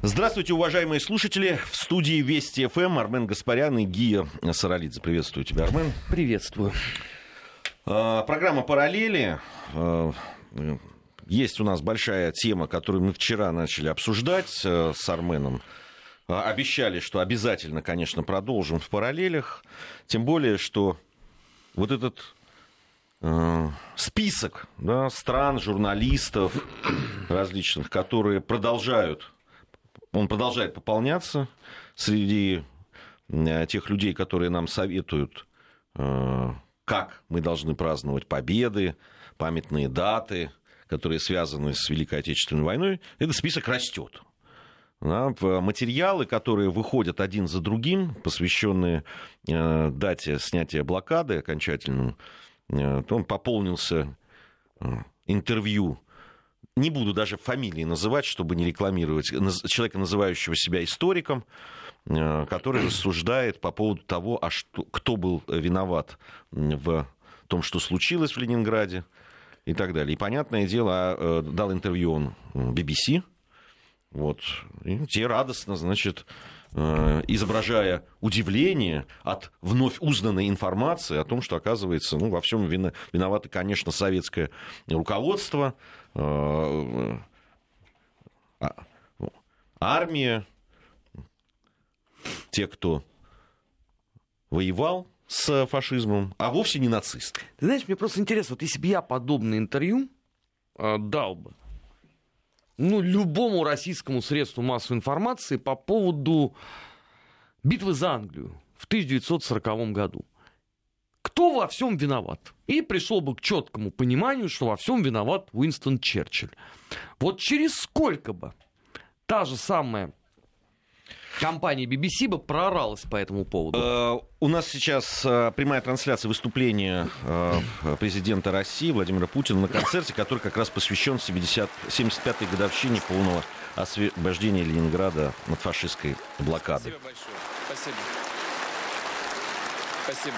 Здравствуйте, уважаемые слушатели. В студии Вести ФМ Армен Гаспарян и Гия Саралидзе. Приветствую тебя, Армен. Приветствую. Программа «Параллели». Есть у нас большая тема, которую мы вчера начали обсуждать с Арменом. Обещали, что обязательно, конечно, продолжим в «Параллелях». Тем более, что вот этот список, да, стран, журналистов различных, которые продолжает пополняться среди тех людей, которые нам советуют, как мы должны праздновать победы, памятные даты, которые связаны с Великой Отечественной войной. Этот список растет. Да, материалы, которые выходят один за другим, посвященные дате снятия блокады окончательному, он пополнился интервью. Не буду даже фамилии называть, чтобы не рекламировать, человека, называющего себя историком, который рассуждает по поводу того, кто был виноват в том, что случилось в Ленинграде и так далее. И, понятное дело, дал интервью он BBC. Вот. И те радостно, значит, изображая удивление от вновь узнанной информации о том, что, оказывается, во всем виновато, конечно, советское руководство, армия, те, кто воевал с фашизмом, а вовсе не нацисты. Ты знаешь, мне просто интересно, вот если бы я подобное интервью дал бы, любому российскому средству массовой информации по поводу битвы за Англию в 1940 году. Кто во всем виноват? И пришел бы к четкому пониманию, что во всем виноват Уинстон Черчилль. Вот через сколько бы та же самая компания BBC бы прооралась по этому поводу? У нас сейчас прямая трансляция выступления президента России Владимира Путина на концерте, который как раз посвящен 75-й годовщине полного освобождения Ленинграда от фашистской блокады. Спасибо большое. Спасибо. Спасибо.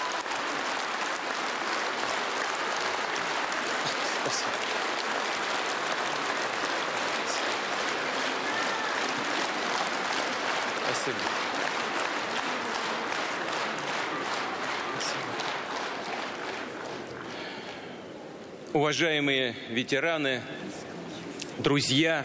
Спасибо. Спасибо. Уважаемые ветераны, друзья,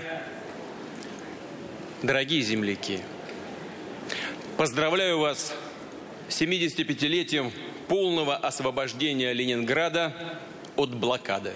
дорогие земляки, поздравляю вас с 75-летием полного освобождения Ленинграда от блокады.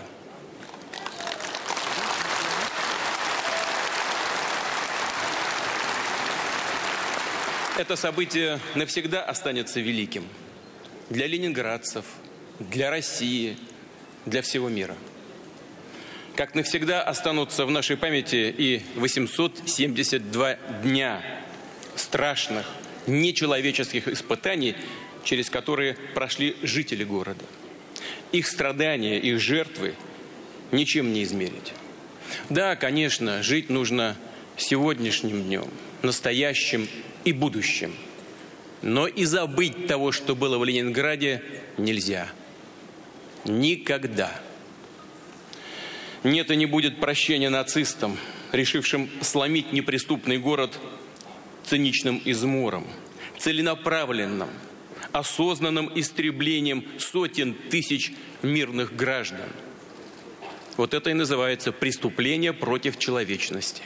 Это событие навсегда останется великим для ленинградцев, для России, для всего мира. Как навсегда останутся в нашей памяти и 872 дня страшных, нечеловеческих испытаний, через которые прошли жители города. Их страдания, их жертвы ничем не измерить. Да, конечно, жить нужно сегодняшним днем, настоящим и будущим. Но и забыть того, что было в Ленинграде, нельзя. Никогда. Нет и не будет прощения нацистам, решившим сломить неприступный город циничным измором, целенаправленным, осознанным истреблением сотен тысяч мирных граждан. Вот это и называется преступление против человечности.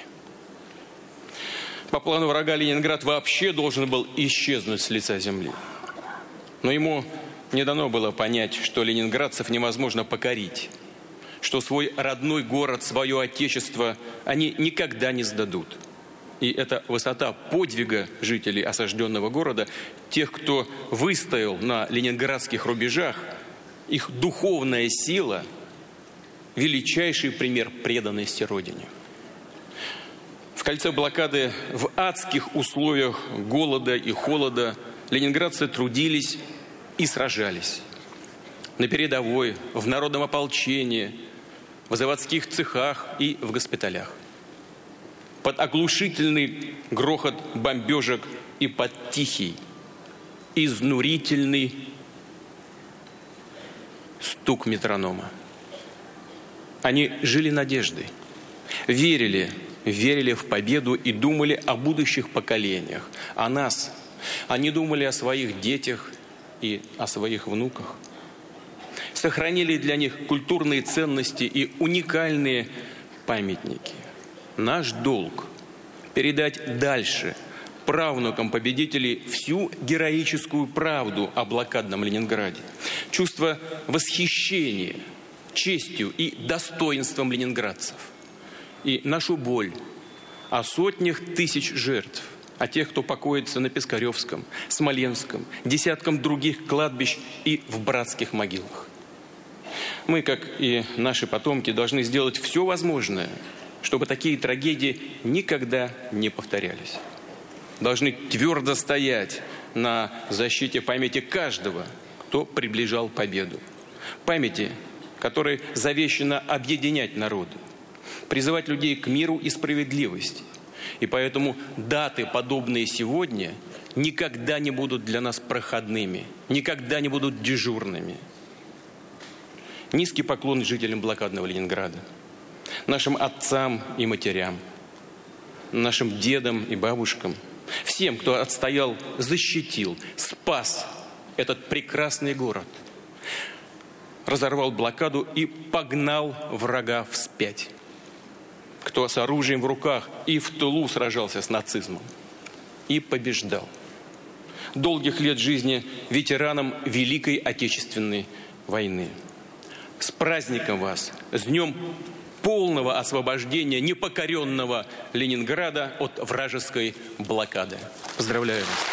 По плану врага Ленинград вообще должен был исчезнуть с лица земли. Но ему не дано было понять, что ленинградцев невозможно покорить, что свой родной город, свое отечество они никогда не сдадут. И это высота подвига жителей осажденного города, тех, кто выстоял на ленинградских рубежах, их духовная сила – величайший пример преданности Родине. В кольце блокады, в адских условиях голода и холода ленинградцы трудились и сражались. На передовой, в народном ополчении, в заводских цехах и в госпиталях. Под оглушительный грохот бомбежек и под тихий, изнурительный стук метронома. Они жили надеждой, верили верили в победу и думали о будущих поколениях, о нас. Они думали о своих детях и о своих внуках. Сохранили для них культурные ценности и уникальные памятники. Наш долг – передать дальше правнукам победителей всю героическую правду о блокадном Ленинграде. Чувство восхищения честью и достоинством ленинградцев. И нашу боль о сотнях тысяч жертв, о тех, кто покоится на Пискаревском, Смоленском, десяткам других кладбищ и в братских могилах. Мы, как и наши потомки, должны сделать все возможное, чтобы такие трагедии никогда не повторялись. Должны твердо стоять на защите памяти каждого, кто приближал победу. Памяти, которой завещано объединять народы, призывать людей к миру и справедливости. И поэтому даты, подобные сегодня, никогда не будут для нас проходными, никогда не будут дежурными. Низкий поклон жителям блокадного Ленинграда, нашим отцам и матерям, нашим дедам и бабушкам, всем, кто отстоял, защитил, спас этот прекрасный город, разорвал блокаду и погнал врага вспять, кто с оружием в руках и в тылу сражался с нацизмом и побеждал. Долгих лет жизни ветеранам Великой Отечественной войны. С праздником вас, с днем полного освобождения непокоренного Ленинграда от вражеской блокады. Поздравляю вас.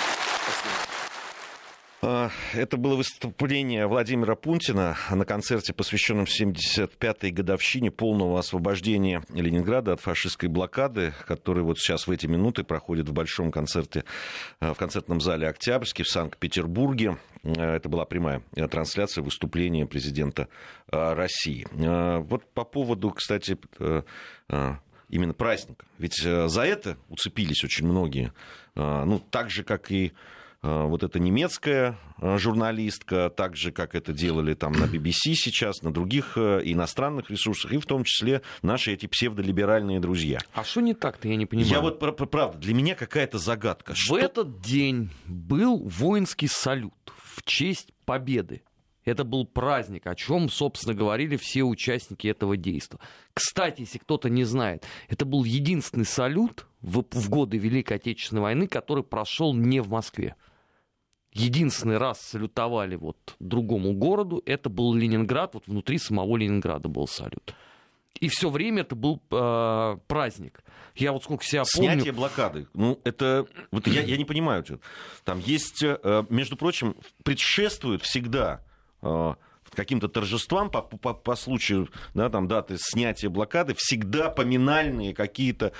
Это было выступление Владимира Путина на концерте, посвященном 75-й годовщине полного освобождения Ленинграда от фашистской блокады, который вот сейчас в эти минуты проходит в большом концерте в концертном зале «Октябрьский» в Санкт-Петербурге. Это была прямая трансляция выступления президента России. Вот по поводу, кстати, именно праздника. Ведь за это уцепились очень многие. Ну, так же, как и вот эта немецкая журналистка, так же, как это делали там на BBC сейчас, на других иностранных ресурсах, и в том числе наши эти псевдолиберальные друзья. А что не так-то, я не понимаю. Я вот, правда, для меня какая-то загадка. В этот день был воинский салют в честь победы. Это был праздник, о чем, собственно, говорили все участники этого действа. Кстати, если кто-то не знает, это был единственный салют в годы Великой Отечественной войны, который прошел не в Москве. Единственный раз салютовали вот другому городу, это был Ленинград, вот внутри самого Ленинграда был салют. И все время это был праздник. Я вот сколько себя помню... Снятие блокады. Ну, это... Вот я не понимаю. Там есть, между прочим, предшествует всегда каким-то торжествам по случаю, да, там, даты снятия блокады, всегда поминальные какие-то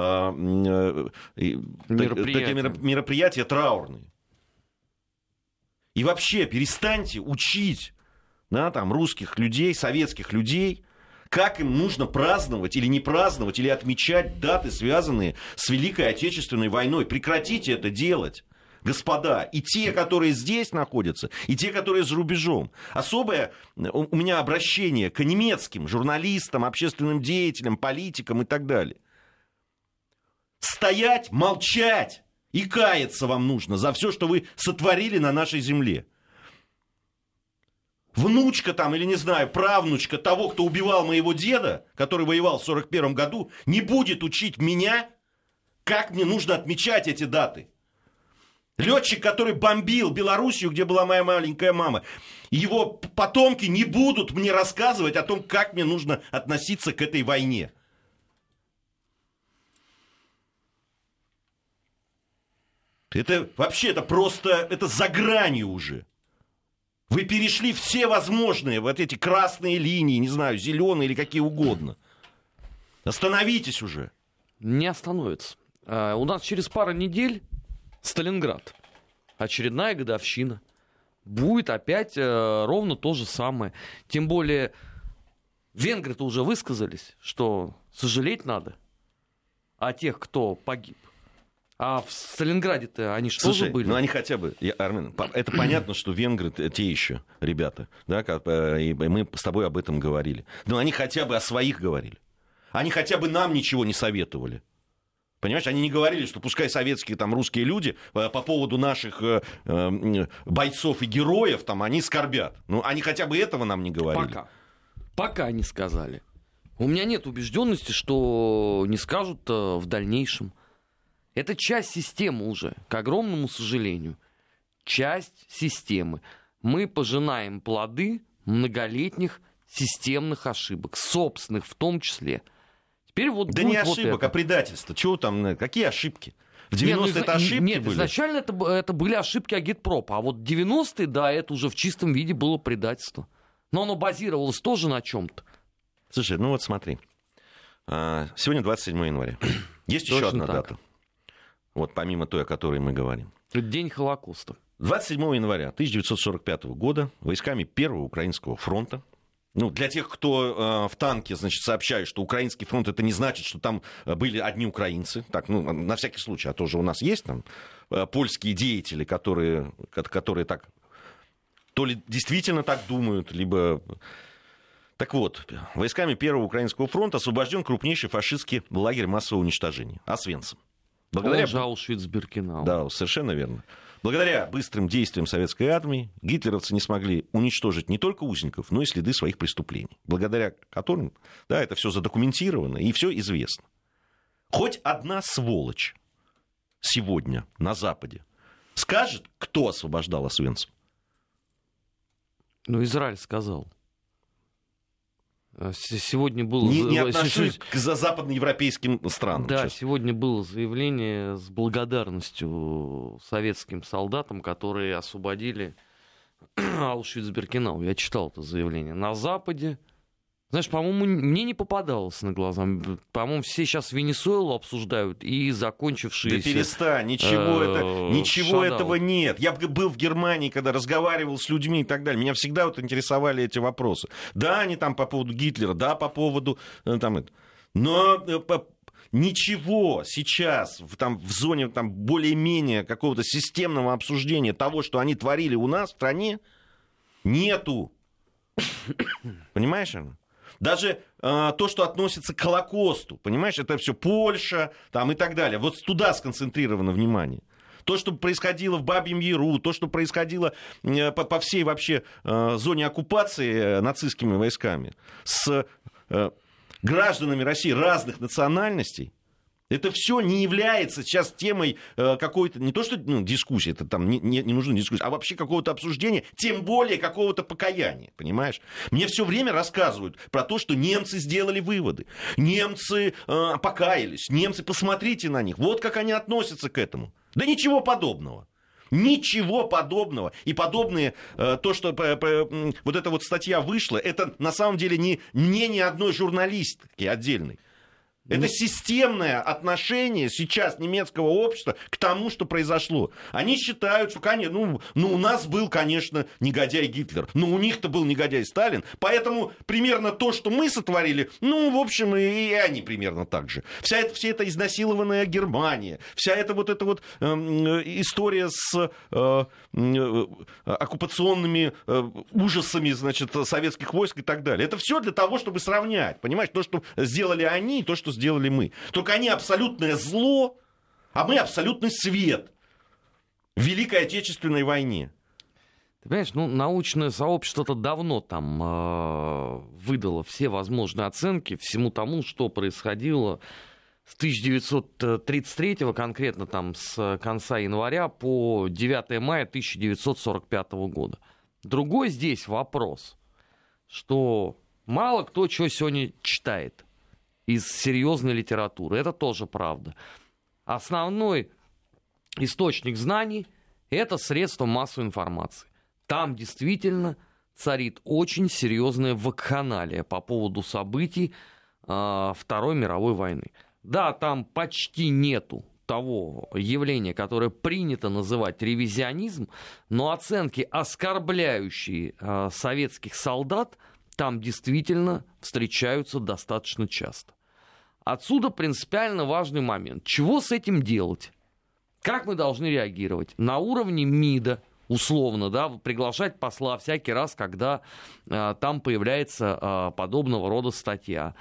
мероприятия траурные. И вообще перестаньте учить, да, там, русских людей, советских людей, как им нужно праздновать или не праздновать, или отмечать даты, связанные с Великой Отечественной войной. Прекратите это делать, господа. И те, которые здесь находятся, и те, которые за рубежом. Особое у меня обращение к немецким журналистам, общественным деятелям, политикам и так далее. Стоять, молчать. И каяться вам нужно за все, что вы сотворили на нашей земле. Внучка там, или, не знаю, правнучка того, кто убивал моего деда, который воевал в 1941 году, не будет учить меня, как мне нужно отмечать эти даты. Летчик, который бомбил Белоруссию, где была моя маленькая мама, его потомки не будут мне рассказывать о том, как мне нужно относиться к этой войне. Это вообще, это просто, это за гранью уже. Вы перешли все возможные вот эти красные линии, не знаю, зеленые или какие угодно. Остановитесь уже. Не остановится. У нас через пару недель Сталинград. Очередная годовщина. Будет опять ровно то же самое. Тем более венгры-то уже высказались, что сожалеть надо о тех, кто погиб. А в Сталинграде-то они что же были? Ну они хотя бы, Армен, это понятно, что венгры те еще ребята, да, и мы с тобой об этом говорили. Но они хотя бы о своих говорили. Они хотя бы нам ничего не советовали. Понимаешь, они не говорили, что пускай советские там русские люди по поводу наших бойцов и героев там они скорбят. Ну, они хотя бы этого нам не говорили. Пока не сказали. У меня нет убежденности, что не скажут в дальнейшем. Это часть системы уже, к огромному сожалению. Часть системы. Мы пожинаем плоды многолетних системных ошибок, собственных в том числе. Теперь вот да не ошибок, а предательство. Чего там, какие ошибки? В 90-е это ошибки нет, были? Изначально это были ошибки агитпропа. А вот 90-е, да, это уже в чистом виде было предательство. Но оно базировалось тоже на чем-то. Слушай, ну вот смотри. Сегодня 27 января. Есть еще одна дата. Вот помимо той, о которой мы говорим. Это день Холокоста. 27 января 1945 года войсками Первого Украинского фронта, ну, для тех, кто в танке, значит, сообщает, что Украинский фронт, это не значит, что там были одни украинцы. Так, ну, на всякий случай, а тоже у нас есть там польские деятели, которые так, то ли действительно так думают, либо... Так вот, войсками Первого Украинского фронта освобожден крупнейший фашистский лагерь массового уничтожения — Освенцим. Аушвиц-Биркенау. Да, совершенно верно. Благодаря быстрым действиям советской армии гитлеровцы не смогли уничтожить не только узников, но и следы своих преступлений, благодаря которым, да, это все задокументировано и все известно. Хоть одна сволочь сегодня на Западе скажет, кто освобождал Освенцим? Ну, Израиль сказал. Сегодня было... Не отношусь к западноевропейским странам. Да, сегодня было заявление с благодарностью советским солдатам, которые освободили Аушвиц-Биркенау. Я читал это заявление. На Западе, знаешь, по-моему, мне не попадалось на глаза. По-моему, все сейчас Венесуэлу обсуждают и закончившиеся... Да перестань, ничего этого нет. Я был в Германии, когда разговаривал с людьми и так далее. Меня всегда вот интересовали эти вопросы. Да, они там по поводу Гитлера, да, по поводу... Там, но ничего сейчас в зоне там, более-менее какого-то системного обсуждения того, что они творили у нас в стране, нету. Понимаешь? Даже то, что относится к Холокосту, понимаешь, это все Польша там, и так далее. Вот туда сконцентрировано внимание. То, что происходило в Бабьем Яру, то, что происходило по всей вообще зоне оккупации нацистскими войсками с гражданами России разных национальностей, это все не является сейчас темой какой-то, не то что дискуссии, это там не нужна дискуссия, а вообще какого-то обсуждения, тем более какого-то покаяния, понимаешь? Мне все время рассказывают про то, что немцы сделали выводы, немцы покаялись, немцы, посмотрите на них, вот как они относятся к этому. Да ничего подобного. Ничего подобного. И подобные, то, что вот эта вот статья вышла, это на самом деле не мнение одной журналистки отдельной. Это системное отношение сейчас немецкого общества к тому, что произошло. Они считают, что, конечно, у нас был, конечно, негодяй Гитлер, но у них-то был негодяй Сталин, поэтому примерно то, что мы сотворили, в общем, и они примерно так же. Вся эта изнасилованная Германия, вся эта вот история с оккупационными ужасами, значит, советских войск и так далее. Это все для того, чтобы сравнять, понимаешь, то, что сделали они, и то, что сделали мы. Только они абсолютное зло, а мы абсолютный свет в Великой Отечественной войне. Ты понимаешь, научное сообщество-то давно там выдало все возможные оценки всему тому, что происходило с 1933, конкретно там с конца января по 9 мая 1945 года. Другой здесь вопрос, что мало кто что сегодня читает из серьезной литературы. Это тоже правда. Основной источник знаний — это средства массовой информации. Там действительно царит очень серьезная вакханалия по поводу событий Второй мировой войны. Да, там почти нету того явления, которое принято называть ревизионизм, но оценки, оскорбляющие советских солдат, там действительно встречаются достаточно часто. Отсюда принципиально важный момент. Чего с этим делать? Как мы должны реагировать? На уровне МИДа, условно, да, приглашать посла всякий раз, когда там появляется подобного рода статья.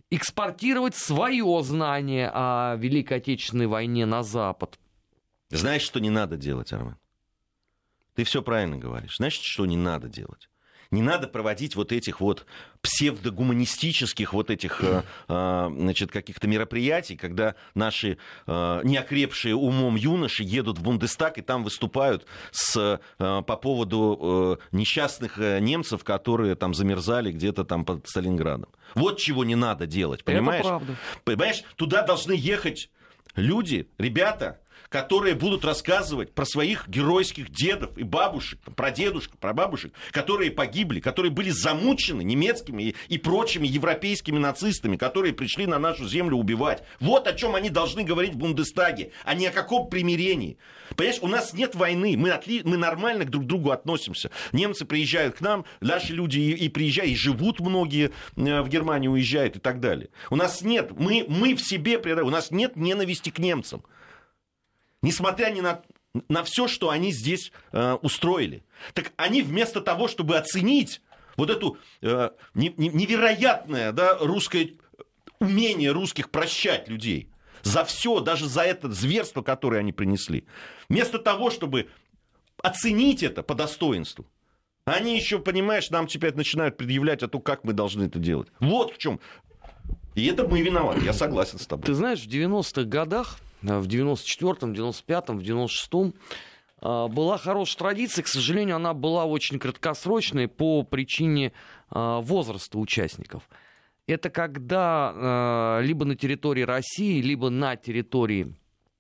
экспортировать свое знание о Великой Отечественной войне на Запад. Знаешь, что не надо делать, Армен? Ты все правильно говоришь. Знаешь, что не надо делать? Не надо проводить вот этих вот псевдогуманистических вот этих, значит, каких-то мероприятий, когда наши неокрепшие умом юноши едут в Бундестаг и там выступают по поводу несчастных немцев, которые там замерзали где-то там под Сталинградом. Вот чего не надо делать, понимаешь? Это правда. Понимаешь, туда должны ехать люди, ребята, которые будут рассказывать про своих геройских дедов и бабушек, прадедушек, прабабушек, которые погибли, которые были замучены немецкими и прочими европейскими нацистами, которые пришли на нашу землю убивать. Вот о чем они должны говорить в Бундестаге, а не о каком примирении. Понимаешь, у нас нет войны, мы нормально друг к другу относимся. Немцы приезжают к нам, наши люди и приезжают, и живут многие в Германию, уезжают и так далее. У нас нет, мы в себе, у нас нет ненависти к немцам. Несмотря ни на все, что они здесь устроили. Так они вместо того, чтобы оценить вот эту невероятное, да, русское умение русских прощать людей за все, даже за это зверство, которое они принесли, вместо того, чтобы оценить это по достоинству, они еще, понимаешь, нам теперь начинают предъявлять о том, как мы должны это делать. Вот в чем. И это мы виноваты, я согласен с тобой. Ты знаешь, в 90-х годах, в 94-м, 95-м, в 96-м была хорошая традиция. К сожалению, она была очень краткосрочной по причине возраста участников. Это когда либо на территории России, либо на территории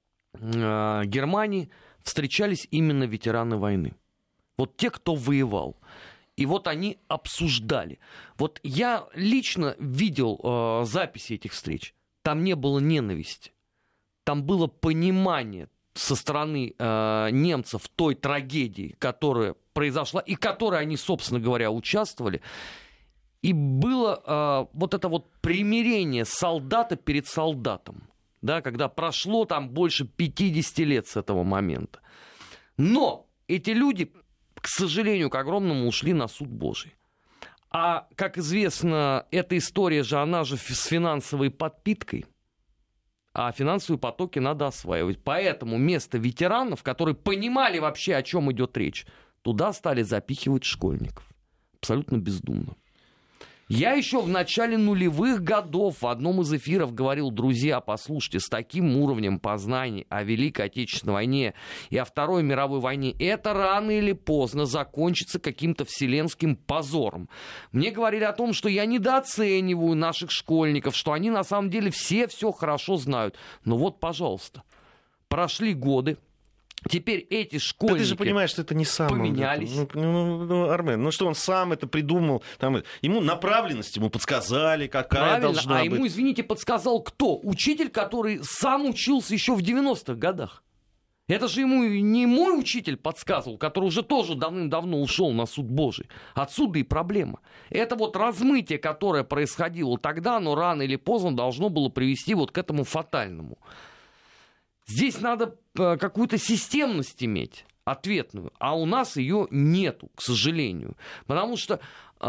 Германии встречались именно ветераны войны. Вот те, кто воевал. И вот они обсуждали. Вот я лично видел записи этих встреч. Там не было ненависти. Там было понимание со стороны немцев той трагедии, которая произошла, и в которой они, собственно говоря, участвовали. И было вот это вот примирение солдата перед солдатом, да, когда прошло там больше 50 лет с этого момента. Но эти люди, к сожалению, к огромному, ушли на суд Божий. А, как известно, эта история же, она же с финансовой подпиткой. А финансовые потоки надо осваивать. Поэтому место ветеранов, которые понимали вообще, о чем идет речь, туда стали запихивать школьников. Абсолютно бездумно. Я еще в начале нулевых годов в одном из эфиров говорил: друзья, послушайте, с таким уровнем познаний о Великой Отечественной войне и о Второй мировой войне это рано или поздно закончится каким-то вселенским позором. Мне говорили о том, что я недооцениваю наших школьников, что они на самом деле все хорошо знают. Но вот, пожалуйста, прошли годы. Теперь эти школьники... Да ты же понимаешь, что это не сам. Поменялись. Армен, что он сам это придумал. Там, ему направленность ему подсказали, какая правильно, должна быть. Ему, извините, подсказал кто? Учитель, который сам учился еще в 90-х годах. Это же ему не мой учитель подсказывал, который уже тоже давным-давно ушел на суд Божий. Отсюда и проблема. Это вот размытие, которое происходило тогда, но рано или поздно должно было привести вот к этому фатальному. Здесь надо какую-то системность иметь, ответную, а у нас ее нету, к сожалению. Потому что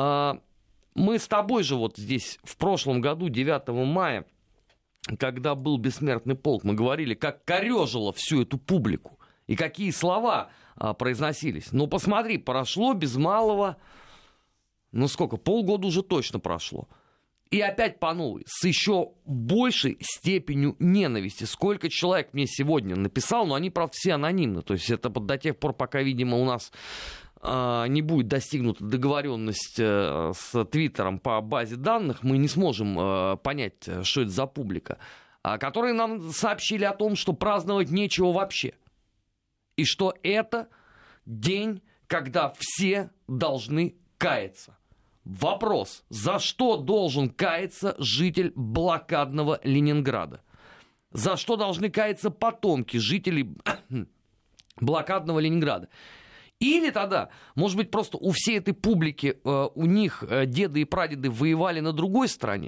мы с тобой же вот здесь в прошлом году, 9 мая, когда был бессмертный полк, мы говорили, как корёжило всю эту публику и какие слова произносились. Но посмотри, прошло без малого, полгода уже точно прошло. И опять по новой, с еще большей степенью ненависти. Сколько человек мне сегодня написал, но они, правда, все анонимны. То есть это до тех пор, пока, видимо, у нас не будет достигнута договоренность с Твиттером по базе данных, мы не сможем понять, что это за публика. Которые нам сообщили о том, что праздновать нечего вообще. И что это день, когда все должны каяться. Вопрос, за что должен каяться житель блокадного Ленинграда? За что должны каяться потомки жителей блокадного Ленинграда? Или тогда, может быть, просто у всей этой публики, у них деды и прадеды воевали на другой стороне?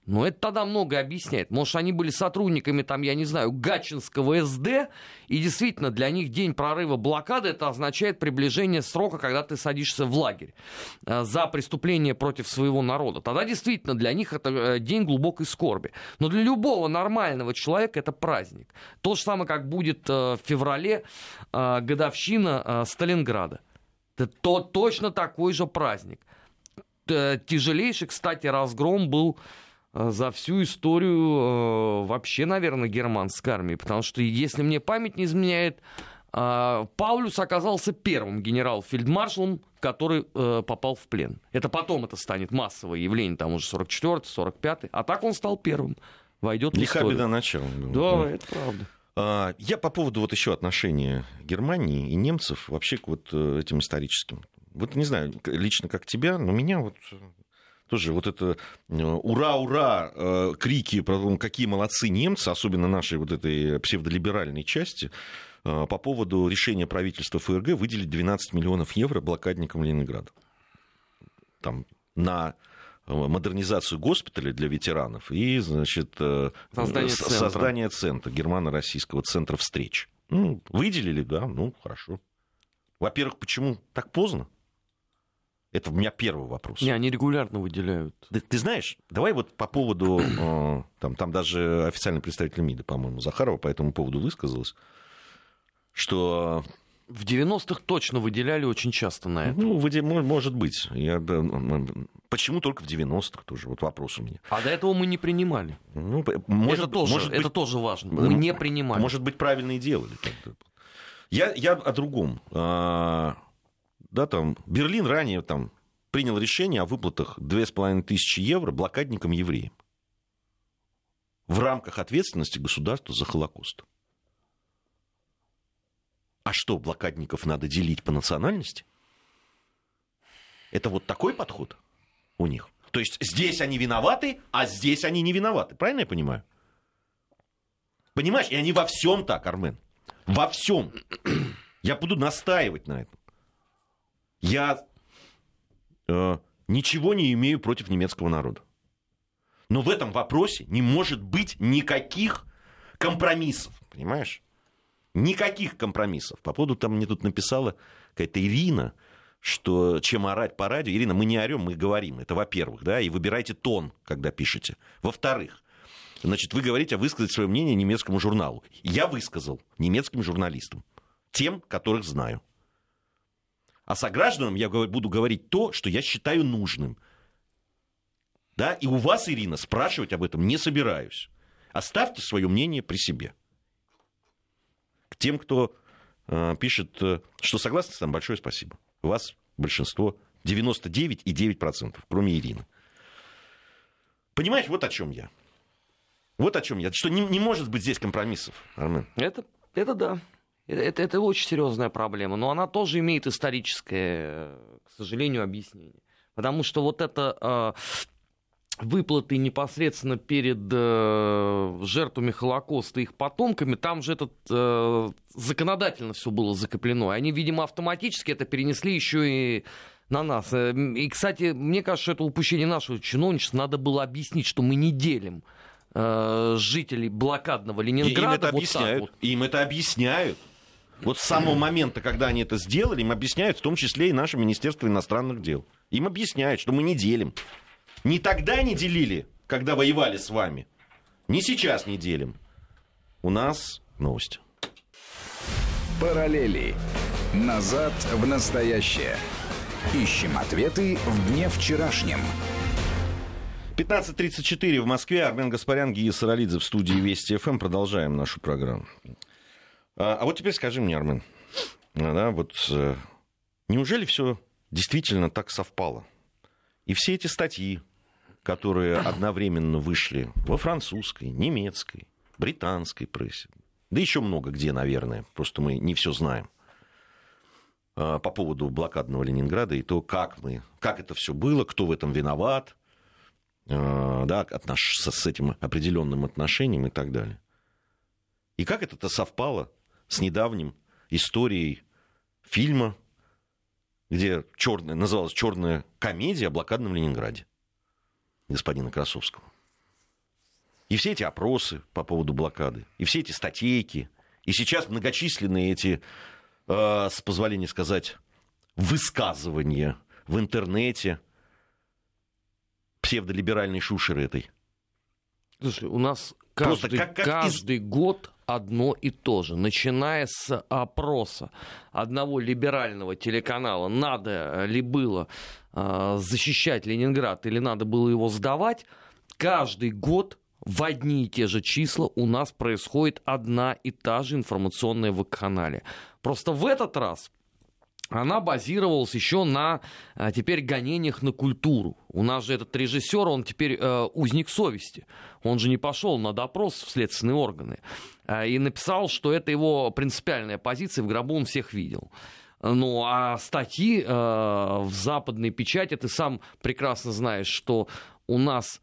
Ну, это тогда многое объясняет. Может, они были сотрудниками, там, я не знаю, Гатчинского СД, и действительно для них день прорыва блокады это означает приближение срока, когда ты садишься в лагерь за преступление против своего народа. Тогда действительно для них это день глубокой скорби. Но для любого нормального человека это праздник. То же самое, как будет в феврале годовщина Сталинграда. Это точно такой же праздник. Тяжелейший, кстати, разгром был за всю историю вообще, наверное, германской армии. Потому что, если мне память не изменяет, Паулюс оказался первым генерал-фельдмаршалом, который попал в плен. Это потом это станет массовое явление, там уже 44-й, 45-й. А так он стал первым. Войдет в историю. Лиха беда начала. Да, это правда. Я по поводу вот еще отношения Германии и немцев вообще к вот этим историческим. Вот не знаю, лично как тебя, но меня вот... Тоже вот это ура-ура крики про то, какие молодцы немцы, особенно нашей вот этой псевдолиберальной части, по поводу решения правительства ФРГ выделить 12 миллионов евро блокадникам Ленинграда. Там на модернизацию госпиталя для ветеранов и, значит, создание центра, германо-российского центра встреч. Ну, выделили, да, ну, хорошо. Во-первых, почему так поздно? Это у меня первый вопрос. Не, они регулярно выделяют. Ты знаешь, давай вот по поводу... Там даже официальный представитель МИДа, по-моему, Захарова по этому поводу высказалась, что... В 90-х точно выделяли очень часто на это. Ну, может быть. Почему только в 90-х тоже? Вот вопрос у меня. А до этого мы не принимали. Ну, это тоже важно. Мы не принимали. Может быть, правильно и делали. Я о другом. Да, там, Берлин ранее там, принял решение о выплатах 2500 евро блокадникам-евреям в рамках ответственности государства за Холокост. А что, блокадников надо делить по национальности? Это вот такой подход у них? То есть здесь они виноваты, а здесь они не виноваты. Правильно я понимаю? Понимаешь, и они во всем так, Армен. Во всем. Я буду настаивать на этом. Я ничего не имею против немецкого народа. Но в этом вопросе не может быть никаких компромиссов. Понимаешь? Никаких компромиссов. По поводу, там мне тут написала какая-то Ирина, что чем орать по радио. Ирина, мы не орем, мы говорим. Это во-первых, да, и выбирайте тон, когда пишете. Во-вторых, значит, вы говорите высказать свое мнение немецкому журналу. Я высказал немецким журналистам, тем, которых знаю. А согражданам я буду говорить то, что я считаю нужным. Да? И у вас, Ирина, спрашивать об этом не собираюсь. Оставьте свое мнение при себе. К тем, кто пишет, что согласны с нами, большое спасибо. У вас большинство 99,9%, кроме Ирины. Понимаешь, вот о чем я. Вот о чем я. Что не может быть здесь компромиссов, Армен. Это да. Это очень серьезная проблема, но она тоже имеет историческое, к сожалению, объяснение. Потому что вот это выплаты непосредственно перед жертвами Холокоста и их потомками, там же законодательно все было закреплено. И они, видимо, автоматически это перенесли еще и на нас. И, кстати, мне кажется, что это упущение нашего чиновничества. Надо было объяснить, что мы не делим жителей блокадного Ленинграда. Им это объясняют. Вот с самого момента, когда они это сделали, им объясняют, в том числе и наше Министерство иностранных дел. Им объясняют, что мы не делим. Ни тогда не делили, когда воевали с вами, ни сейчас не делим. У нас новости. Параллели. Назад в настоящее. Ищем ответы в дне вчерашнем. 15:34 в Москве. Армен Гаспарян, Гия Саралидзе в студии Вести ФМ. Продолжаем нашу программу. А вот теперь скажи мне, Армен, да, вот неужели все действительно так совпало? И все эти статьи, которые одновременно вышли во французской, немецкой, британской прессе, да еще много где, наверное, просто мы не все знаем, по поводу блокадного Ленинграда и то, как это все было, кто в этом виноват, да, с этим определенным отношением и так далее. И как это совпало с недавним историей фильма, где называлась «Черная комедия» о блокадном Ленинграде господина Красовского. И все эти опросы по поводу блокады, и все эти статейки, и сейчас многочисленные эти, с позволения сказать, высказывания в интернете псевдолиберальной шушеры этой. Слушай, у нас каждый год одно и то же. Начиная с опроса одного либерального телеканала, надо ли было защищать Ленинград или надо было его сдавать, каждый год в одни и те же числа у нас происходит одна и та же информационная вакханалия. Просто в этот раз она базировалась еще на теперь гонениях на культуру. У нас же этот режиссер, он теперь узник совести. Он же не пошел на допрос в следственные органы. И написал, что это его принципиальная позиция, в гробу он всех видел. Ну, а статьи в западной печати, ты сам прекрасно знаешь, что у нас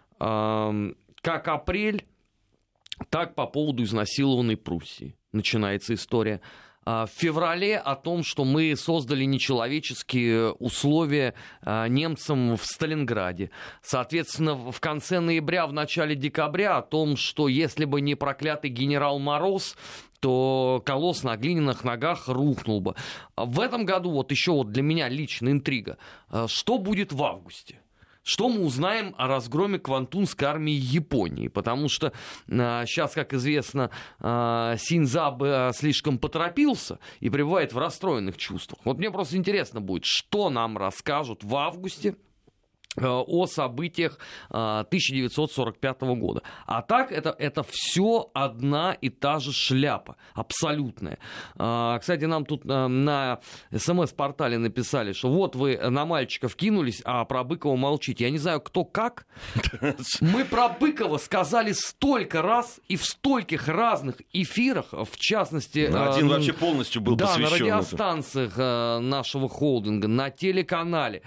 как апрель, так по поводу изнасилованной Пруссии начинается история. В феврале о том, что мы создали нечеловеческие условия немцам в Сталинграде. Соответственно, в конце ноября, в начале декабря о том, что если бы не проклятый генерал Мороз, то колосс на глиняных ногах рухнул бы. В этом году вот еще вот для меня лично интрига. Что будет в августе? Что мы узнаем о разгроме Квантунской армии Японии? Потому что сейчас, как известно, Синдзо Абэ слишком поторопился и пребывает в расстроенных чувствах. Вот мне просто интересно будет, что нам расскажут в августе о событиях 1945 года. А так это все одна и та же шляпа, абсолютная. Кстати, нам тут на СМС-портале написали, что вот вы на мальчиков кинулись, а про Быкова молчите. Я не знаю, кто как. Мы про Быкова сказали столько раз и в стольких разных эфирах, в частности... Один вообще полностью был посвящен. Да, на радиостанциях нашего холдинга, на телеканале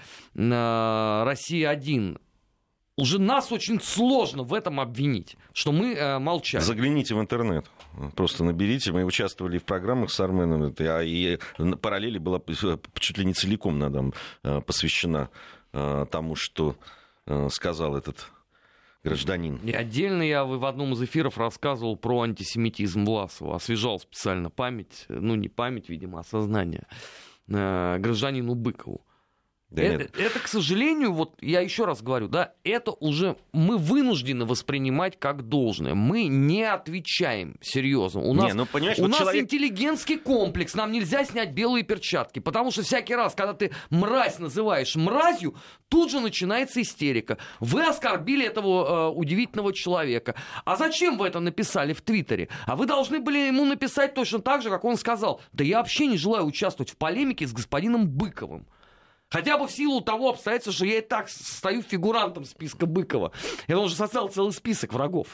«Россия-1». Уже нас очень сложно в этом обвинить, что мы молчали. Загляните в интернет, просто наберите. Мы участвовали в программах с Арменом, и параллели была чуть ли не целиком посвящена тому, что сказал этот гражданин. И отдельно я в одном из эфиров рассказывал про антисемитизм Власова, освежал специально память, ну не память, видимо, а сознание гражданину Быкову. Да это, к сожалению, вот я еще раз говорю, да, это уже мы вынуждены воспринимать как должное. Мы не отвечаем серьезно. У нас интеллигентский комплекс, нам нельзя снять белые перчатки, потому что всякий раз, когда ты мразь называешь мразью, тут же начинается истерика. Вы оскорбили этого удивительного человека. А зачем вы это написали в Твиттере? А вы должны были ему написать точно так же, как он сказал. Да я вообще не желаю участвовать в полемике с господином Быковым. Хотя бы в силу того обстоятельства, что я и так стою фигурантом списка Быкова. Я уже составил целый список врагов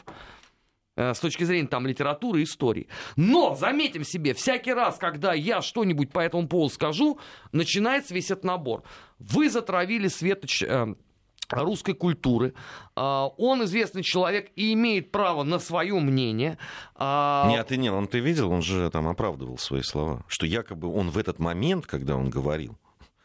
с точки зрения там литературы и истории. Но, заметим себе, всякий раз, когда я что-нибудь по этому поводу скажу, начинается весь этот набор. Вы затравили светоч русской культуры. Он известный человек и имеет право на свое мнение. Нет, ты видел, он же там оправдывал свои слова, что якобы он в этот момент, когда он говорил,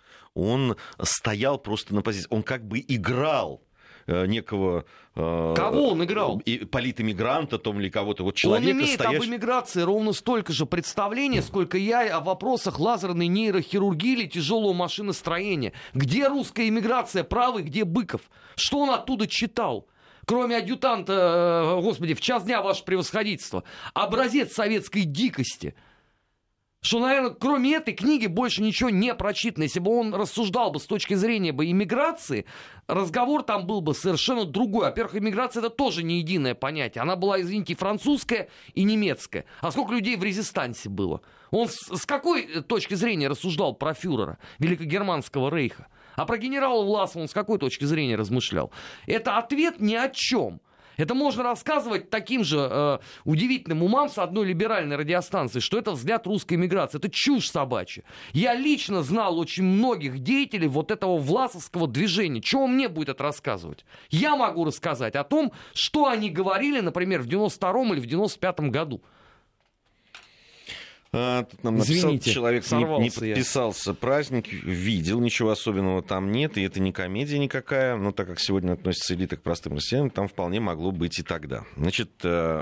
он стоял просто на позиции, он как бы играл некого... Кого он играл? Политэмигранта там, или кого-то. Вот человека, он имеет об эмиграции ровно столько же представления, сколько я о вопросах лазерной нейрохирургии или тяжелого машиностроения. Где русская эмиграция правый, где Быков? Что он оттуда читал? Кроме адъютанта, господи, в час дня ваше превосходительство. Образец советской дикости. Что, наверное, кроме этой книги больше ничего не прочитано. Если бы он рассуждал бы с точки зрения иммиграции, разговор там был бы совершенно другой. Во-первых, иммиграция — это тоже не единое понятие. Она была, извините, и французская, и немецкая. А сколько людей в резистансе было? Он с какой точки зрения рассуждал про фюрера Великогерманского рейха? А про генерала Власова он с какой точки зрения размышлял? Это ответ ни о чем. Это можно рассказывать таким же удивительным умам с одной либеральной радиостанции, что это взгляд русской эмиграции. Это чушь собачья. Я лично знал очень многих деятелей вот этого власовского движения. Чего мне будет это рассказывать? Я могу рассказать о том, что они говорили, например, в 92-м или в 95-м году. Тут нам написал Извините, человек, не сорвался я. подписался. Праздник, видел, ничего особенного там нет, и это не комедия никакая, но так как сегодня относится элита к простым россиянам, там вполне могло быть и тогда. Значит,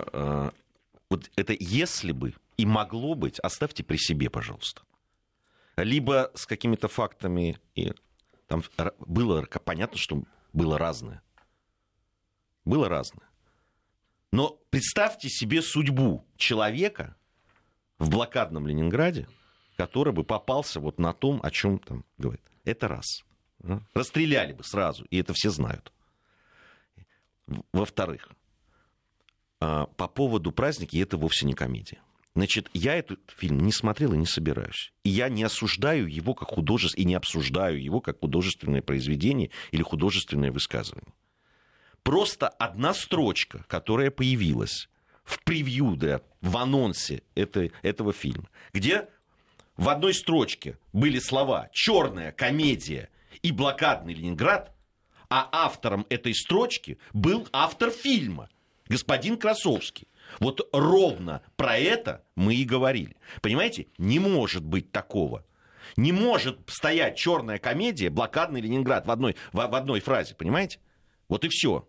вот это «если бы» и «могло быть» оставьте при себе, пожалуйста. Либо с какими-то фактами, и там было понятно, что было разное. Было разное. Но представьте себе судьбу человека в блокадном Ленинграде, который бы попался вот на том, о чем там говорит. Это раз. Расстреляли бы сразу, и это все знают. Во-вторых, по поводу праздника, и это вовсе не комедия. Значит, я этот фильм не смотрел и не собираюсь. И я не осуждаю его как художественное, и не обсуждаю его как художественное произведение или художественное высказывание. Просто одна строчка, которая появилась в превью, да, в анонсе этого фильма, где в одной строчке были слова «черная комедия» и «блокадный Ленинград», а автором этой строчки был автор фильма, господин Красовский. Вот ровно про это мы и говорили. Понимаете, не может быть такого. Не может стоять «черная комедия», «блокадный Ленинград» в одной фразе, понимаете? Вот и все.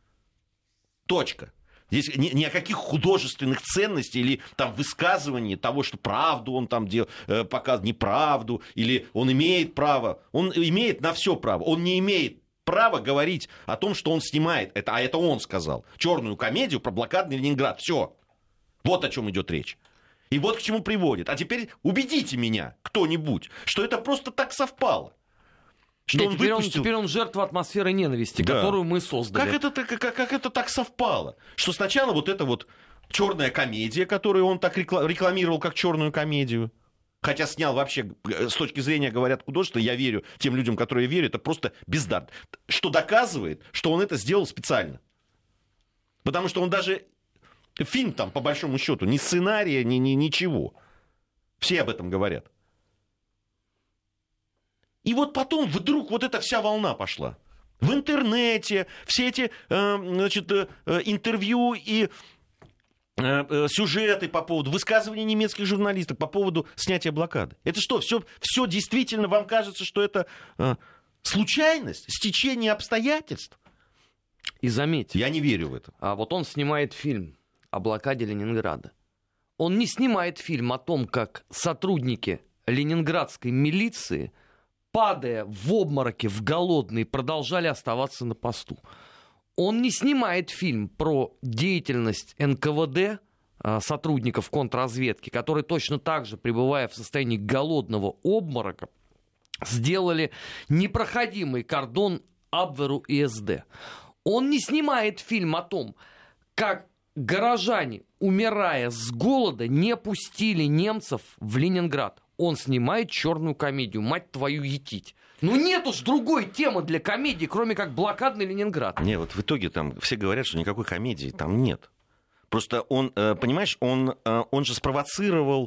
Точка. Здесь ни о каких художественных ценностей или там высказывании того, что правду он там показывает, неправду, или он имеет право. Он имеет на все право. Он не имеет права говорить о том, что он снимает. А это он сказал. Черную комедию про блокадный Ленинград. Все. Вот о чем идет речь. И вот к чему приводит. А теперь убедите меня, кто-нибудь, что это просто так совпало. Что он выпустил... теперь он жертва атмосферы ненависти, да, которую мы создали. Как это так совпало? Что сначала вот эта вот черная комедия, которую он так рекламировал как черную комедию, хотя снял вообще, с точки зрения, говорят, художества, я верю тем людям, которые верят, это просто бездарно. Что доказывает, что он это сделал специально. Потому что он даже... Фильм там, по большому счету, ни сценария, ни ничего. Все об этом говорят. И вот потом вдруг вот эта вся волна пошла. В интернете все эти интервью и сюжеты по поводу высказываний немецких журналистов по поводу снятия блокады. Это что, все действительно вам кажется, что это случайность, стечение обстоятельств? И заметьте. Я не верю в это. А вот он снимает фильм о блокаде Ленинграда. Он не снимает фильм о том, как сотрудники ленинградской милиции, падая в обмороки, в голодные, продолжали оставаться на посту. Он не снимает фильм про деятельность НКВД, сотрудников контрразведки, которые точно так же, пребывая в состоянии голодного обморока, сделали непроходимый кордон Абверу и СД. Он не снимает фильм о том, как горожане, умирая с голода, не пустили немцев в Ленинград. Он снимает черную комедию, мать твою, етить. Ну нет уж другой темы для комедии, кроме как блокадный Ленинград. Не, вот в итоге там все говорят, что никакой комедии там нет. Просто он, понимаешь, он же спровоцировал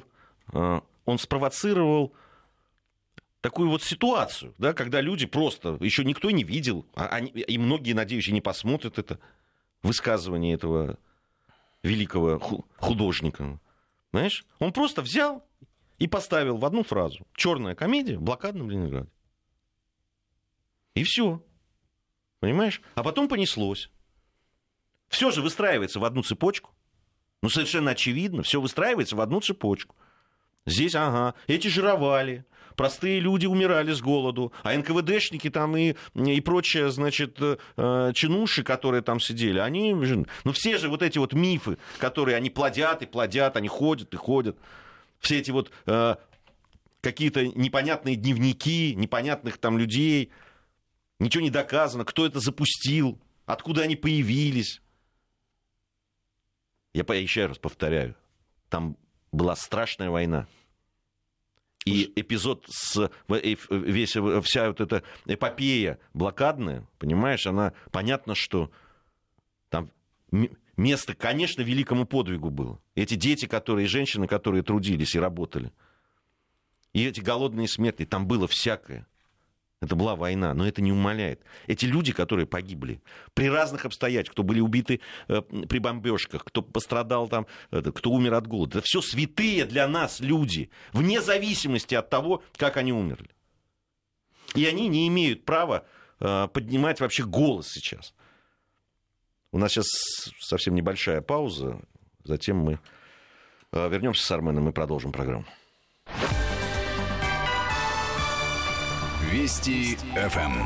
такую вот ситуацию, да, когда люди просто, еще никто не видел, и многие, надеюсь, и не посмотрят это высказывание этого великого художника. Знаешь, он просто взял и поставил в одну фразу: черная комедия в блокадном Ленинграде. И все. Понимаешь? А потом понеслось. Все же выстраивается в одну цепочку. Ну, совершенно очевидно, все выстраивается в одну цепочку. Здесь, эти жировали, простые люди умирали с голоду, а НКВДшники там и прочие, значит, чинуши, которые там сидели, они... Ну, все же вот эти вот мифы, которые они плодят и плодят, они ходят и ходят. Все эти вот какие-то непонятные дневники, непонятных там людей, ничего не доказано, кто это запустил, откуда они появились. Я еще раз повторяю, там была страшная война. И эпизод, вся вот эта эпопея блокадная, понимаешь, она, понятно, что там место, конечно, великому подвигу было. Эти дети, и женщины, которые трудились и работали. И эти голодные смерти, там было всякое. Это была война, но это не умаляет. Эти люди, которые погибли при разных обстоятельствах, кто были убиты при бомбежках, кто пострадал там, кто умер от голода, это все святые для нас люди, вне зависимости от того, как они умерли. И они не имеют права поднимать вообще голос сейчас. У нас сейчас совсем небольшая пауза, затем мы вернемся с Арменом и продолжим программу. Вести ФМ.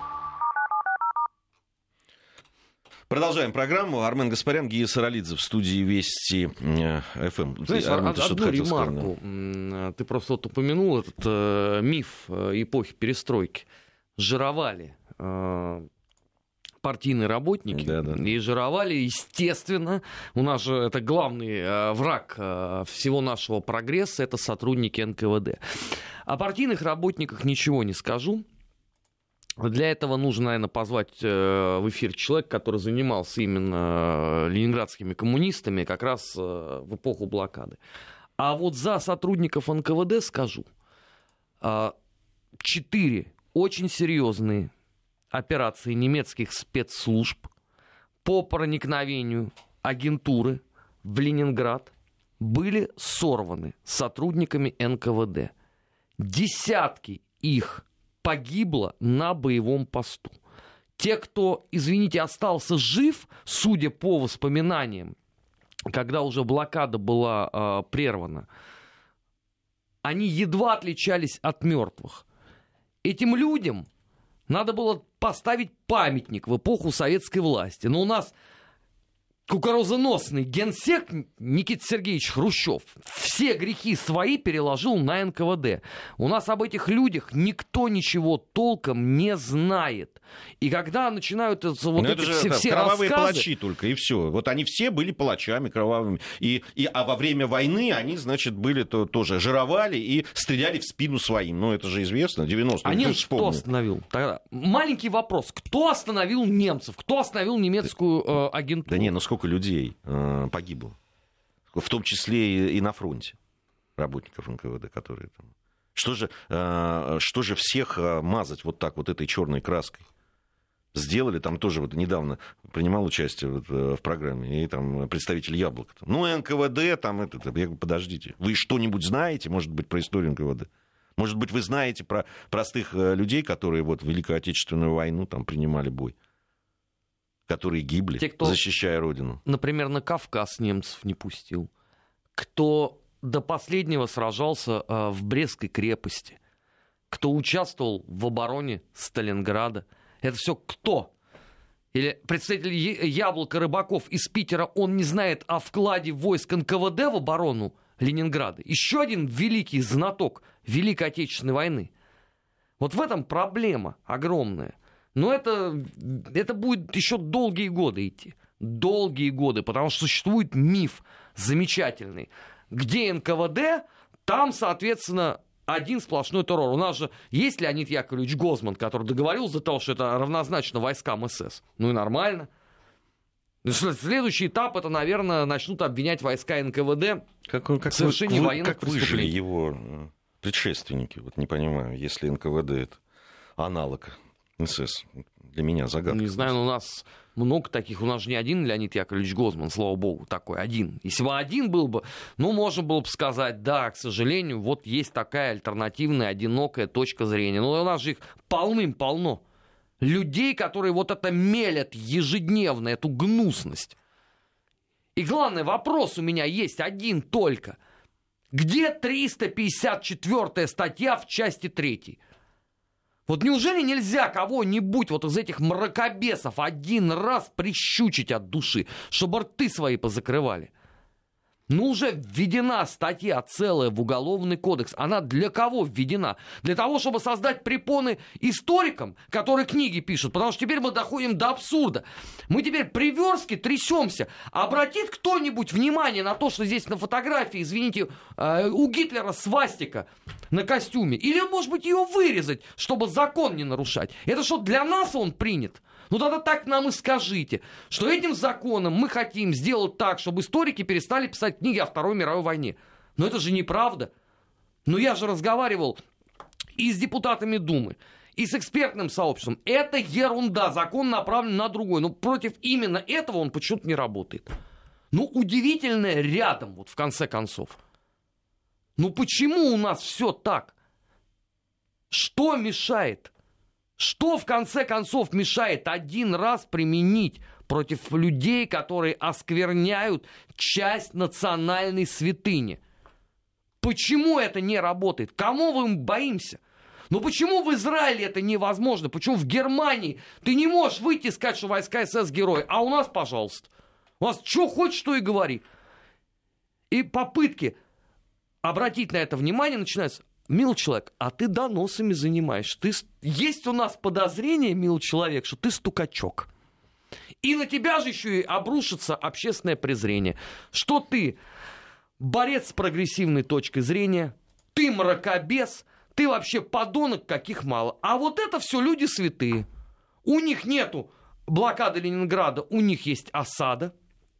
Продолжаем программу. Армен Гаспарян, Гия Саралидзе в студии Вести ФМ. Знаешь, Армен, ты одну ремарку. Ты просто вот упомянул этот миф эпохи перестройки. Жировали партийные работники. Да. И жировали, естественно. У нас же это главный враг всего нашего прогресса. Это сотрудники НКВД. О партийных работниках ничего не скажу. Для этого нужно, наверное, позвать в эфир человека, который занимался именно ленинградскими коммунистами как раз в эпоху блокады. А вот за сотрудников НКВД скажу. 4 очень серьезные операции немецких спецслужб по проникновению агентуры в Ленинград были сорваны сотрудниками НКВД. Десятки их погибло на боевом посту. Те, кто, извините, остался жив, судя по воспоминаниям, когда уже блокада была прервана, они едва отличались от мертвых. Этим людям надо было поставить памятник в эпоху советской власти. Но у нас кукурузоносный генсек Никита Сергеевич Хрущев все грехи свои переложил на НКВД. У нас об этих людях никто ничего толком не знает. И когда начинают вот эти все кровавые рассказы... палачи только, и все. Вот они все были палачами кровавыми. А во время войны они, значит, были тоже жировали и стреляли в спину своим. Ну, это же известно, 90-е. А немцев кто остановил? Тогда маленький вопрос. Кто остановил немцев? Кто остановил немецкую агентуру? Да не, ну сколько людей погибло? В том числе и на фронте работников НКВД, которые там... Что же всех мазать вот так вот этой черной краской? Сделали, там тоже вот недавно принимал участие вот в программе, и там представитель Яблока. Ну, НКВД, там это, я говорю, подождите, вы что-нибудь знаете, может быть, про историю НКВД? Может быть, вы знаете про простых людей, которые вот в Великую Отечественную войну там принимали бой? Которые гибли, те, кто, защищая Родину. Например, на Кавказ немцев не пустил. Кто до последнего сражался в Брестской крепости. Кто участвовал в обороне Сталинграда. Это все кто? Или представитель Яблока Рыбаков из Питера, он не знает о вкладе войск НКВД в оборону Ленинграда? Еще один великий знаток Великой Отечественной войны. Вот в этом проблема огромная. Но это будет еще долгие годы идти. Долгие годы, потому что существует миф замечательный. Где НКВД, там, соответственно, один сплошной террор. У нас же есть Леонид Яковлевич Гозман, который договорился за то, что это равнозначно войскам СС. Ну и нормально. Следующий этап, это, наверное, начнут обвинять войска НКВД в совершении военных преступлений. Как выжили его предшественники? Вот не понимаю, если НКВД это аналог СС. Для меня загадка. Не знаю, но у нас много таких. У нас же не один Леонид Яковлевич Гозман, слава богу, такой один. Если бы один был бы, ну, можно было бы сказать, да, к сожалению, вот есть такая альтернативная, одинокая точка зрения. Но у нас же их полным-полно. Людей, которые вот это мелят ежедневно, эту гнусность. И главный вопрос у меня есть один только. Где 354-я статья в части 3? Вот неужели нельзя кого-нибудь вот из этих мракобесов один раз прищучить от души, чтобы рты свои позакрывали? Ну, уже введена статья целая в Уголовный кодекс. Она для кого введена? Для того, чтобы создать препоны историкам, которые книги пишут. Потому что теперь мы доходим до абсурда. Мы теперь при верстке трясемся. Обратит кто-нибудь внимание на то, что здесь на фотографии, извините, у Гитлера свастика на костюме? Или, может быть, ее вырезать, чтобы закон не нарушать? Это что, для нас он принят? Ну тогда так нам и скажите, что этим законом мы хотим сделать так, чтобы историки перестали писать книги о Второй мировой войне. Но это же неправда. Но я же разговаривал и с депутатами Думы, и с экспертным сообществом. Это ерунда, закон направлен на другой. Но против именно этого он почему-то не работает. Ну, удивительное рядом, вот в конце концов. Ну, почему у нас все так? Что мешает? Что, в конце концов, мешает один раз применить против людей, которые оскверняют часть национальной святыни? Почему это не работает? Кому мы боимся? Ну почему в Израиле это невозможно? Почему в Германии ты не можешь выйти и сказать, что войска СС герои? А у нас, пожалуйста. У нас что хочешь, то и говори. И попытки обратить на это внимание начинаются. Милый человек, а ты доносами занимаешься. Есть у нас подозрение, милый человек, что ты стукачок. И на тебя же еще и обрушится общественное презрение. Что ты борец с прогрессивной точкой зрения, ты мракобес, ты вообще подонок, каких мало. А вот это все люди святые. У них нету блокады Ленинграда, у них есть осада.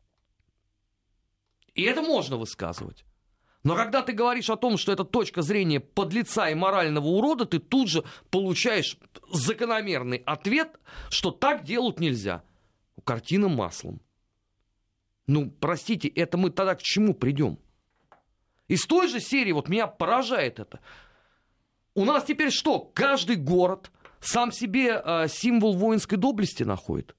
И это можно высказывать. Но когда ты говоришь о том, что это точка зрения подлеца и морального урода, ты тут же получаешь закономерный ответ, что так делать нельзя. Картина маслом. Ну, простите, это мы тогда к чему придем? Из той же серии, вот меня поражает это. У нас теперь что? Каждый город сам себе символ воинской доблести находит.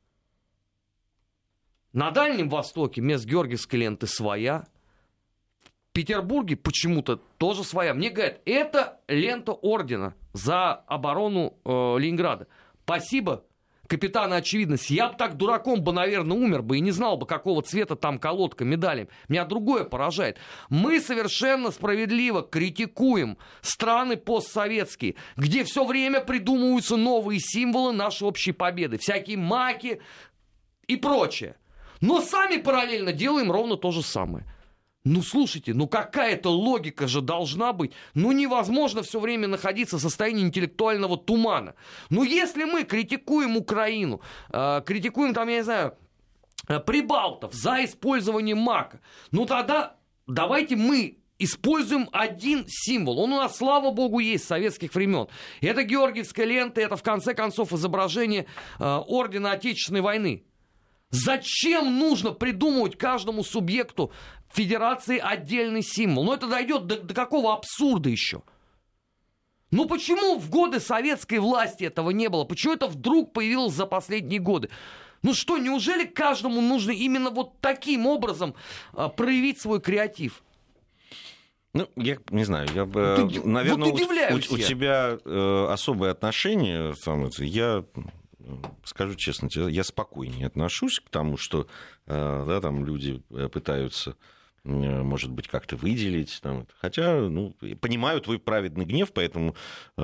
На Дальнем Востоке вместо георгиевской ленты своя. В Петербурге почему-то тоже своя. Мне говорят, это лента ордена за оборону Ленинграда. Спасибо, капитаны очевидности. Я бы так дураком бы, наверное, умер бы и не знал бы, какого цвета там колодка медалей. Меня другое поражает. Мы совершенно справедливо критикуем страны постсоветские, где все время придумываются новые символы нашей общей победы. Всякие маки и прочее. Но сами параллельно делаем ровно то же самое. Ну, слушайте, ну какая-то логика же должна быть. Ну, невозможно все время находиться в состоянии интеллектуального тумана. Ну, если мы критикуем Украину, критикуем, там, я не знаю, прибалтов за использование мака, ну, тогда давайте мы используем один символ. Он у нас, слава богу, есть с советских времен. Это георгиевская лента, это, в конце концов, изображение ордена Отечественной войны. Зачем нужно придумывать каждому субъекту федерации отдельный символ? Ну, это дойдет до какого абсурда еще? Ну, почему в годы советской власти этого не было? Почему это вдруг появилось за последние годы? Ну что, неужели каждому нужно именно вот таким образом проявить свой креатив? Ну, я не знаю, наверное, вот у тебя особое отношение, я... Скажу честно, я спокойнее отношусь к тому, что да, там люди пытаются, может быть, как-то выделить. Там, хотя, ну, понимаю твой праведный гнев, поэтому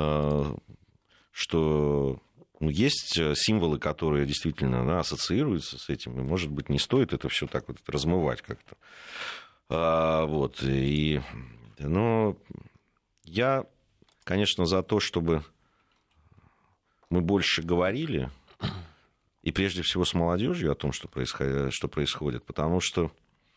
что есть символы, которые действительно ассоциируются с этим, и, может быть, не стоит это все так вот размывать как-то. Вот, но я, конечно, за то, чтобы мы больше говорили, и прежде всего с молодежью о том, что происходит, потому что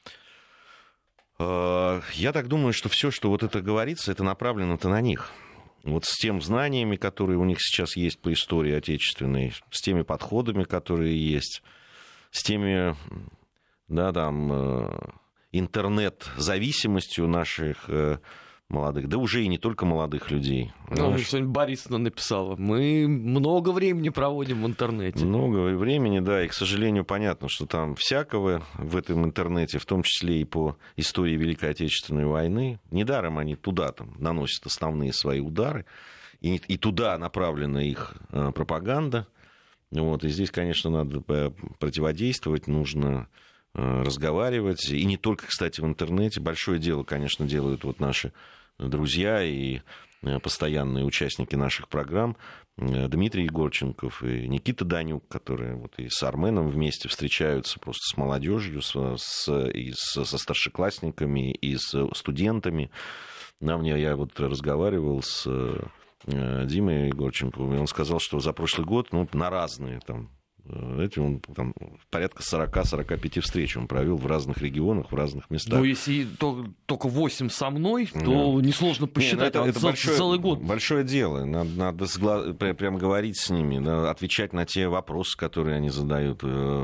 я так думаю, что все, что вот это говорится, это направлено-то на них. Вот с тем знаниями, которые у них сейчас есть по истории отечественной, с теми подходами, которые есть, с теми, да, там, интернет-зависимостью наших молодых, да уже и не только молодых людей. Ну, сегодня Борисовна написала, мы много времени проводим в интернете. Много времени, да, и, к сожалению, понятно, что там всякого в этом интернете, в том числе и по истории Великой Отечественной войны. Недаром они туда там наносят основные свои удары, и туда направлена их пропаганда. Вот, и здесь, конечно, надо противодействовать, нужно разговаривать, и не только, кстати, в интернете. Большое дело, конечно, делают вот наши друзья и постоянные участники наших программ, Дмитрий Егорченков и Никита Данюк, которые вот и с Арменом вместе встречаются просто с молодежью, со старшеклассниками и с студентами. Я вот разговаривал с Димой Егорченковым, и он сказал, что за прошлый год на разные там Знаете, он там порядка 40-45 встреч он провел в разных регионах, в разных местах. Ну, если только 8 со мной, то несложно посчитать. Это целый год. Большое дело. Надо прямо говорить с ними, отвечать на те вопросы, которые они задают,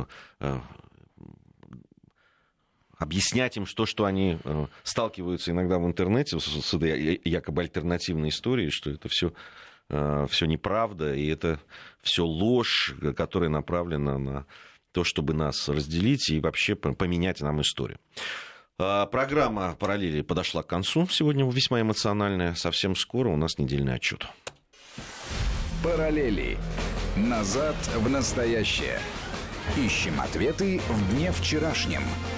объяснять им, что они сталкиваются иногда в интернете с этой якобы альтернативной историей, что это все неправда, и это все ложь, которая направлена на то, чтобы нас разделить и вообще поменять нам историю. Программа «Параллели» подошла к концу. Сегодня весьма эмоциональная. Совсем скоро у нас недельный отчет. «Параллели. Назад в настоящее». Ищем ответы в дне вчерашнем.